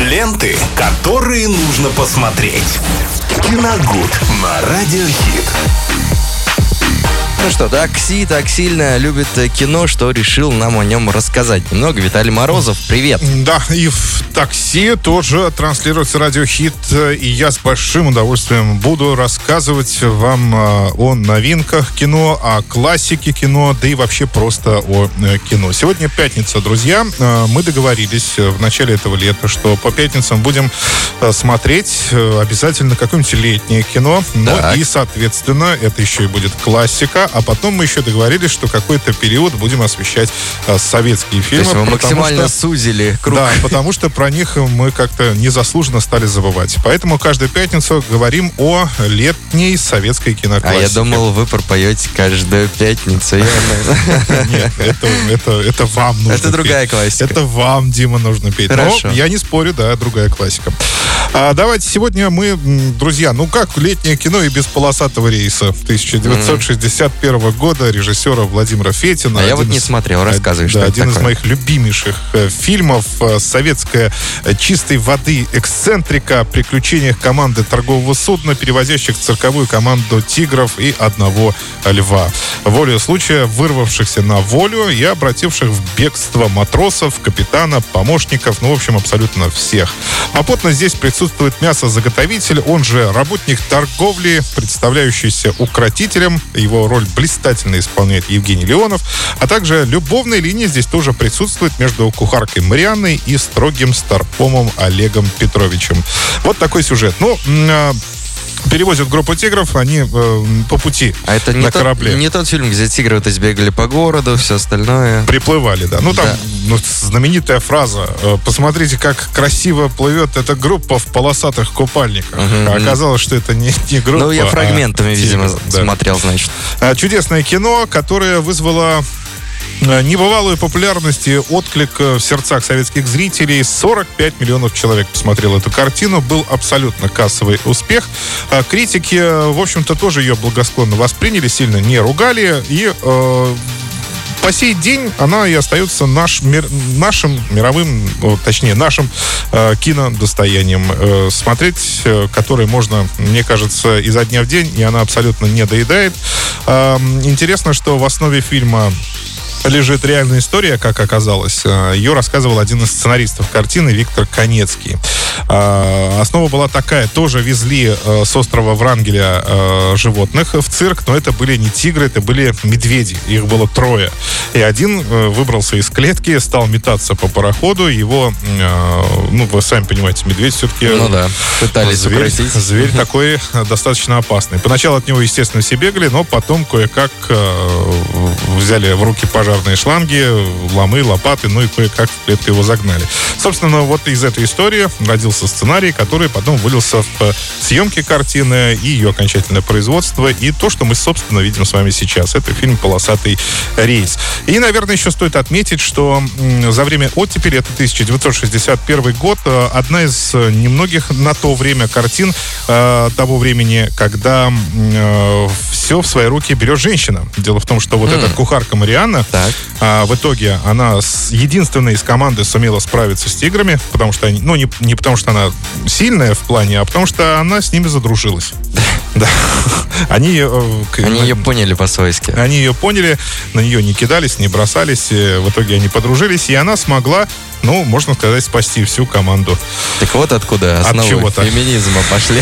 Ленты, которые нужно посмотреть. Киногуд на Радиохит. Ну что, Такси так сильно любит кино, что решил нам о нем рассказать немного. Виталий Морозов, привет. Да, и в Такси тоже транслируется Радиохит, и я с большим удовольствием буду рассказывать вам о новинках кино, о классике кино, да и вообще просто о кино. Сегодня пятница, друзья. Мы договорились в начале этого лета, что по пятницам будем смотреть обязательно какое-нибудь летнее кино. Но и, соответственно, это еще и будет классика. А потом мы еще договорились, что какой-то период будем освещать советские фильмы. То есть вы максимально сузили круг. Да, потому что про них мы как-то незаслуженно стали забывать. Поэтому каждую пятницу говорим о летней советской киноклассике. А я думал, вы пропоете каждую пятницу. Нет, это вам нужно петь. Это другая классика. Это вам, Дима, нужно петь. Хорошо. Но я не спорю, да, другая классика. Давайте сегодня мы, друзья, как летнее кино и без полосатого рейса 1961 года режиссера Владимира Фетина. Я вот не смотрел, рассказывай, что да, это один такое. из моих любимейших фильмов. Советская чистой воды эксцентрика о приключениях команды торгового судна, перевозящих цирковую команду тигров и одного льва. Волею случая вырвавшихся на волю и обративших в бегство матросов, капитана, помощников, в общем, абсолютно всех. Попутно здесь присутствует мясозаготовитель, он же работник торговли, представляющийся укротителем. Его роль блистательно исполняет Евгений Леонов. А также любовная линия здесь тоже присутствует между кухаркой Марианной и строгим старпомом Олегом Петровичем. Вот такой сюжет. Перевозят группу тигров, они по пути на корабле. Не тот фильм, где тигры вот бегали по городу, все остальное. Приплывали, да. Знаменитая фраза. Посмотрите, как красиво плывет эта группа в полосатых купальниках. Оказалось, что это не группа. Я фрагментами, видимо, смотрел, значит. Чудесное кино, которое вызвало небывалую популярность и отклик в сердцах советских зрителей. 45 миллионов человек посмотрел эту картину. Был абсолютно кассовый успех. Критики, в общем-то, тоже ее благосклонно восприняли, сильно не ругали. И по сей день она и остается нашим мировым, точнее, нашим кинодостоянием. Смотреть, который можно, мне кажется, изо дня в день, и она абсолютно не доедает. Интересно, что в основе фильма лежит реальная история, как оказалось. Ее рассказывал один из сценаристов картины Виктор Конецкий. Основа была такая. Тоже везли с острова Врангеля животных в цирк, но это были не тигры, это были медведи. Их было 3. И один выбрался из клетки, стал метаться по пароходу. Его, вы сами понимаете, медведь все-таки... пытались укротить. Зверь такой достаточно опасный. Поначалу от него, естественно, все бегали, но потом кое-как взяли в руки пожарные шланги, ломы, лопаты, и кое-как в клетку его загнали. Собственно, вот из этой истории родился сценарий, который потом вылился в съемки картины и ее окончательное производство, и то, что мы, собственно, видим с вами сейчас. Это фильм «Полосатый рейс». И, наверное, еще стоит отметить, что за время оттепели, это 1961 год, одна из немногих на то время картин того времени, когда все в свои руки берет женщина. Дело в том, что вот эта кухарка Марианна, в итоге она единственная из команды сумела справиться с тиграми, потому что они, не потому что она сильная в плане, а потому что она с ними задружилась. Да. Они ее поняли по-свойски. Они ее поняли, на нее не кидались, не бросались. В итоге они подружились, и она смогла, можно сказать, спасти всю команду. Так вот откуда основы феминизма пошли.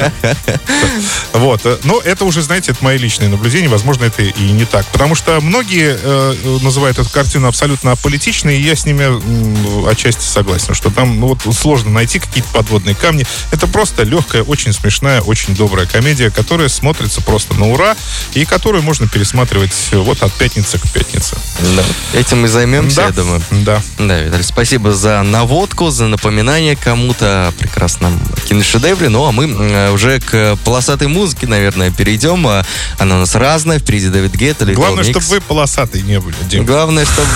Вот. Но это уже, знаете, это мои личные наблюдения. Возможно, это и не так. Потому что многие называют эту картину абсолютно аполитичной, и я с ними отчасти согласен, что там сложно найти какие-то подводные камни. Это просто легкая, очень смешная, очень добрая комедия, которая смотрится просто на ура, и которую можно пересматривать от пятницы к пятнице. Да. Этим мы займемся, я думаю. Да. Да, Виталий, спасибо за наводку, за напоминание кому-то о прекрасном киношедевре. А мы уже к полосатой музыке, наверное, перейдем. Она у нас разная. Впереди Дэвид Гетта, Little Mix. Главное, чтобы вы полосатые не были, Дим. Главное, чтобы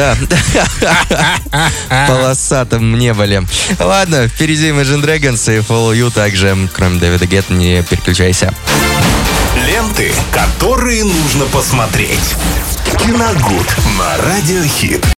вы, полосатым не были. Ладно, впереди Imagine Dragons и Follow You. Также, кроме Дэвида Гетта, не переключайся. Ленты, которые нужно посмотреть. Киногуд на Радиохит.